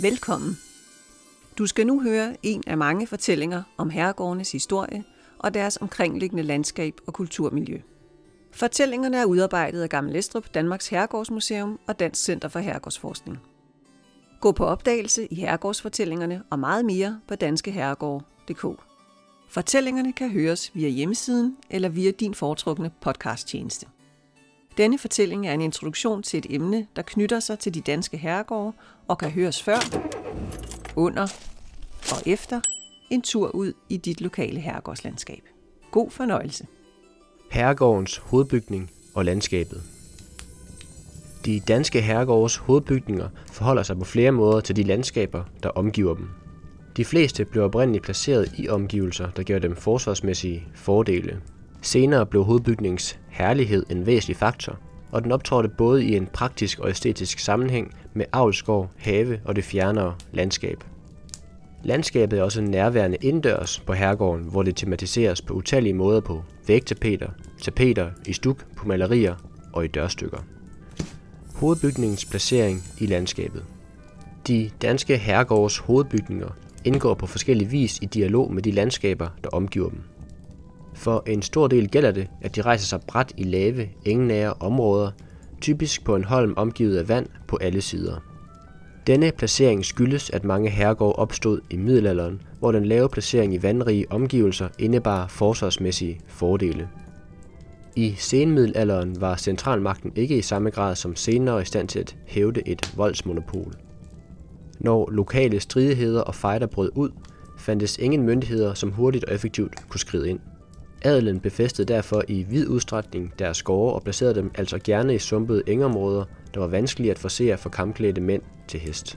Velkommen. Du skal nu høre en af mange fortællinger om herregårdenes historie og deres omkringliggende landskab og kulturmiljø. Fortællingerne er udarbejdet af Gammel Estrup, Danmarks Herregårdsmuseum og Dansk Center for Herregårdsforskning. Gå på opdagelse i herregårdsfortællingerne og meget mere på danskeherregårde.dk. Fortællingerne kan høres via hjemmesiden eller via din foretrukne podcasttjeneste. Denne fortælling er en introduktion til et emne, der knytter sig til de danske herregårde og kan høres før, under og efter en tur ud i dit lokale herregårdslandskab. God fornøjelse. Herregårdens hovedbygning og landskabet. De danske herregårdes hovedbygninger forholder sig på flere måder til de landskaber, der omgiver dem. De fleste blev oprindeligt placeret i omgivelser, der gav dem forsvarsmæssige fordele. Senere blev hovedbygningens herlighed en væsentlig faktor, og den optrådte både i en praktisk og æstetisk sammenhæng med avlsgård, have og det fjernere landskab. Landskabet er også nærværende indendørs på herregården, hvor det tematiseres på utallige måder på vægtapeter, tapeter, i stuk, på malerier og i dørstykker. Hovedbygningens placering i landskabet. De danske herregårdes hovedbygninger indgår på forskellig vis i dialog med de landskaber, der omgiver dem. For en stor del gælder det, at de rejser sig brat i lave, engenære områder, typisk på en holm omgivet af vand på alle sider. Denne placering skyldes, at mange herregårde opstod i middelalderen, hvor den lave placering i vandrige omgivelser indebar forsvarsmæssige fordele. I senmiddelalderen var centralmagten ikke i samme grad som senere i stand til at hævde et voldsmonopol. Når lokale stridigheder og fejder brød ud, fandtes ingen myndigheder, som hurtigt og effektivt kunne skride ind. Adelen befæstede derfor i vid udstrækning deres gårde og placerede dem altså gerne i sumpede engområder, der var vanskelige at forcere for kampklædte mænd til hest.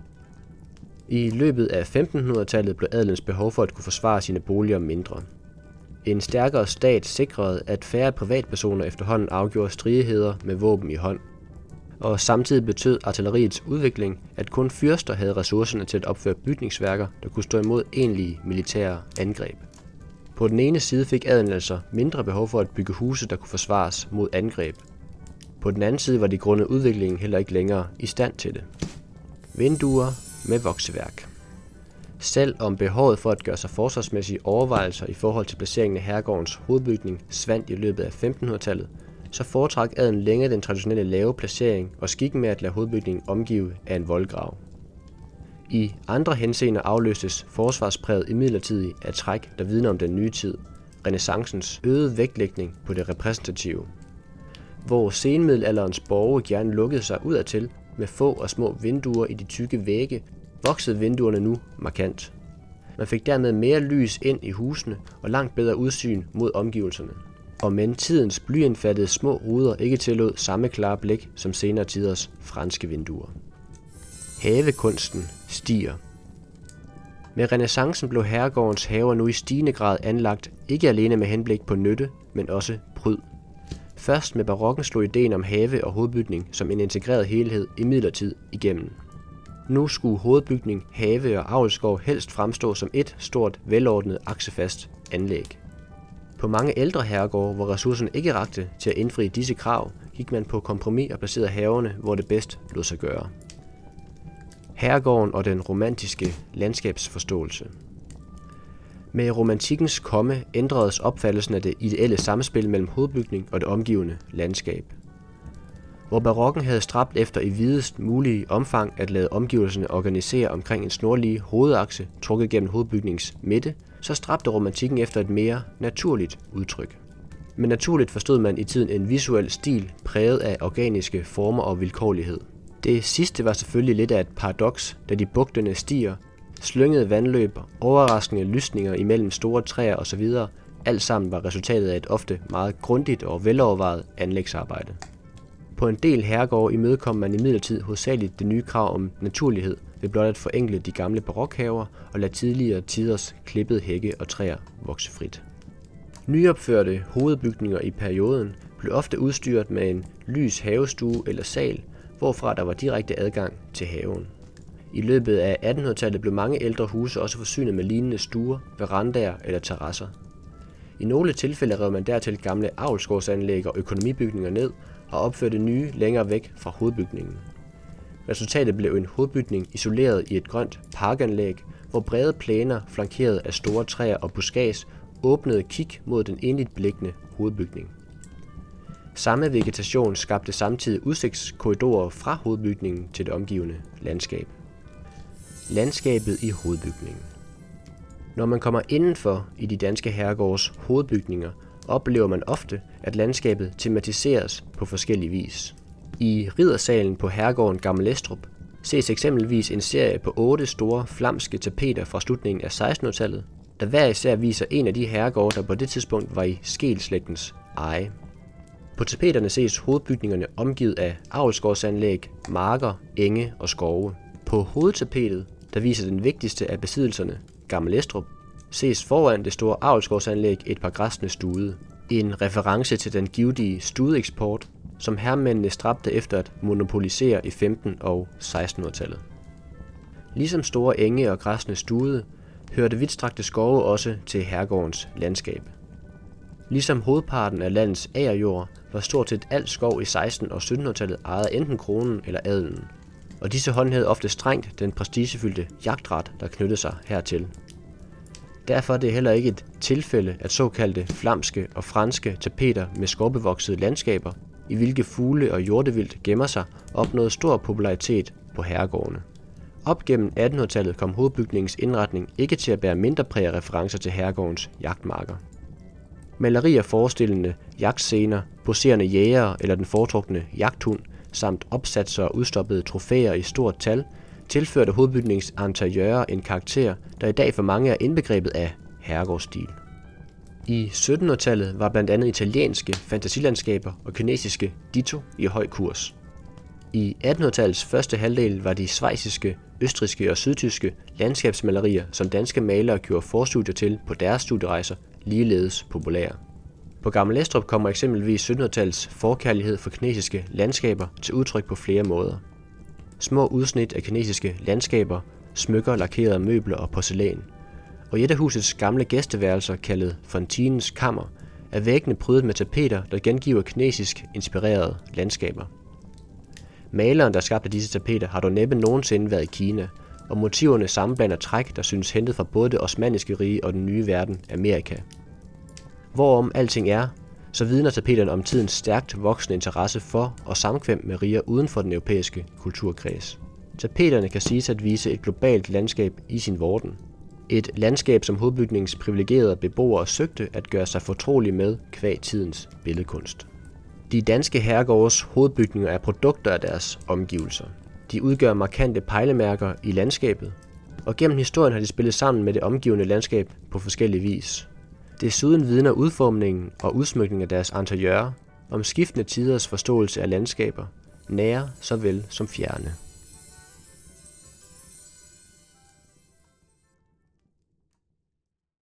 I løbet af 1500-tallet blev adelens behov for at kunne forsvare sine boliger mindre. En stærkere stat sikrede, at færre privatpersoner efterhånden afgjorde stridigheder med våben i hånd. Og samtidig betød artilleriets udvikling, at kun fyrster havde ressourcerne til at opføre bygningsværker, der kunne stå imod egentlige militære angreb. På den ene side fik adelen altså mindre behov for at bygge huse, der kunne forsvares mod angreb. På den anden side var de grundet udviklingen heller ikke længere i stand til det. Vinduer med vokseværk. Selv om behovet for at gøre sig forsvarsmæssige overvejelser i forhold til placeringen af herregårdens hovedbygning svandt i løbet af 1500-tallet, så foretrak adelen længe den traditionelle lave placering og skikken med at lade hovedbygningen omgive af en voldgrav. I andre henseender afløstes forsvarspræget imidlertid af træk, der vidner om den nye tid, renæssancens øgede vægtlægning på det repræsentative. Hvor senmiddelalderens borge gerne lukkede sig udadtil med få og små vinduer i de tykke vægge, voksede vinduerne nu markant. Man fik dermed mere lys ind i husene og langt bedre udsyn mod omgivelserne. Og men tidens blyindfattede små ruder ikke tillod samme klare blik som senere tiders franske vinduer. Havekunsten stiger. Med renæssancen blev herregårdens haver nu i stigende grad anlagt ikke alene med henblik på nytte, men også pryd. Først med barokken slog ideen om have og hovedbygning som en integreret helhed imidlertid igennem. Nu skulle hovedbygning, have og avlsgård helst fremstå som et stort, velordnet, aksefast anlæg. På mange ældre herregårde, hvor ressourcerne ikke rakte til at indfri disse krav, gik man på kompromis og placerede haverne, hvor det bedst lod sig gøre. Herregården og den romantiske landskabsforståelse. Med romantikkens komme ændredes opfattelsen af det ideelle samspil mellem hovedbygning og det omgivende landskab. Hvor barokken havde stræbt efter i videst mulige omfang at lade omgivelserne organisere omkring en snorlige hovedakse trukket gennem hovedbygningens midte, så stræbte romantikken efter et mere naturligt udtryk. Med naturligt forstod man i tiden en visuel stil præget af organiske former og vilkårlighed. Det sidste var selvfølgelig lidt af et paradoks, da de bugtende stier, slyngede vandløb, overraskende lysninger imellem store træer osv. alt sammen var resultatet af et ofte meget grundigt og velovervejet anlægsarbejde. På en del herregårde imødekom man imidlertid hovedsageligt det nye krav om naturlighed ved blot at forenkle de gamle barokhaver og lade tidligere tiders klippede hække og træer vokse frit. Nyopførte hovedbygninger i perioden blev ofte udstyret med en lys havestue eller sal, hvorfra der var direkte adgang til haven. I løbet af 1800-tallet blev mange ældre huse også forsynet med lignende stuer, verandaer eller terrasser. I nogle tilfælde rev man dertil gamle avlsgårdsanlæg og økonomibygninger ned og opførte nye længere væk fra hovedbygningen. Resultatet blev en hovedbygning isoleret i et grønt parkanlæg, hvor brede plæner flankeret af store træer og buskads åbnede kig mod den enligt beliggende hovedbygning. Samme vegetation skabte samtidig udsigtskorridorer fra hovedbygningen til det omgivende landskab. Landskabet i hovedbygningen. Når man kommer indenfor i de danske herregårds hovedbygninger, oplever man ofte, at landskabet tematiseres på forskellig vis. I riddersalen på herregården Gammel Estrup ses eksempelvis en serie på 8 store flamske tapeter fra slutningen af 1600-tallet, der hver især viser en af de herregårde, der på det tidspunkt var i Skeel-slægtens eje. På tapeterne ses hovedbygningerne omgivet af avlsgårdsanlæg, marker, enge og skove. På hovedtapetet, der viser den vigtigste af besiddelserne, Gammel Estrup, ses foran det store avlsgårdsanlæg et par græsne stude. En reference til den givtige studeeksport, som herremændene stræbte efter at monopolisere i 1500- og 1600-tallet. Ligesom store enge og græsne stude, hørte vidtstrakte skove også til herregårdens landskab. Ligesom hovedparten af landets agerjord var stort set alt skov i 1600- og 1700-tallet ejet af enten kronen eller adelen, og disse håndhævede ofte strengt den prestigefyldte jagtret, der knyttede sig hertil. Derfor er det heller ikke et tilfælde, at såkaldte flamske og franske tapeter med skovbevoksede landskaber, i hvilke fugle og hjortevildt gemmer sig, opnåede stor popularitet på herregårdene. Op gennem 1800-tallet kom hovedbygningens indretning ikke til at bære mindre præg af referencer til herregårdens jagtmarker. Malerier forestillende jagtscener, poserende jægere eller den foretrukne jagthund, samt opsatser og udstoppede trofæer i stort tal, tilførte hovedbygningens interiører en karakter, der i dag for mange er indbegrebet af herregårdsstil. I 1700-tallet var blandt andet italienske fantasilandskaber og kinesiske ditto i høj kurs. I 1800-tallets første halvdel var de schweiziske, østrigske og sydtyske landskabsmalerier, som danske malere gjorde forstudier til på deres studierejser, ligeledes populære. På Gammel Estrup kommer eksempelvis 1700-tallets forkærlighed for kinesiske landskaber til udtryk på flere måder. Små udsnit af kinesiske landskaber, smykker, lakerede møbler og porcelæn. Og i et af husets gamle gæsteværelser, kaldet Fontinens Kammer, er væggene prydet med tapeter, der gengiver kinesisk inspirerede landskaber. Maleren, der skabte disse tapeter, har dog næppe nogensinde været i Kina, og motiverne sammenblander træk, der synes hentet fra både det osmanniske rige og den nye verden, Amerika. Hvorom alting er, så vidner tapeterne om tidens stærkt voksende interesse for og samkvem med riger uden for den europæiske kulturkreds. Tapeterne kan siges at vise et globalt landskab i sin vorden. Et landskab, som hovedbygningens privilegerede beboere søgte at gøre sig fortrolige med kvad tidens billedkunst. De danske herregårds hovedbygninger er produkter af deres omgivelser. De udgør markante pejlemærker i landskabet, og gennem historien har de spillet sammen med det omgivende landskab på forskellig vis. Desuden vidner udformningen og udsmykningen af deres interiører om skiftende tiders forståelse af landskaber, nære såvel som fjerne.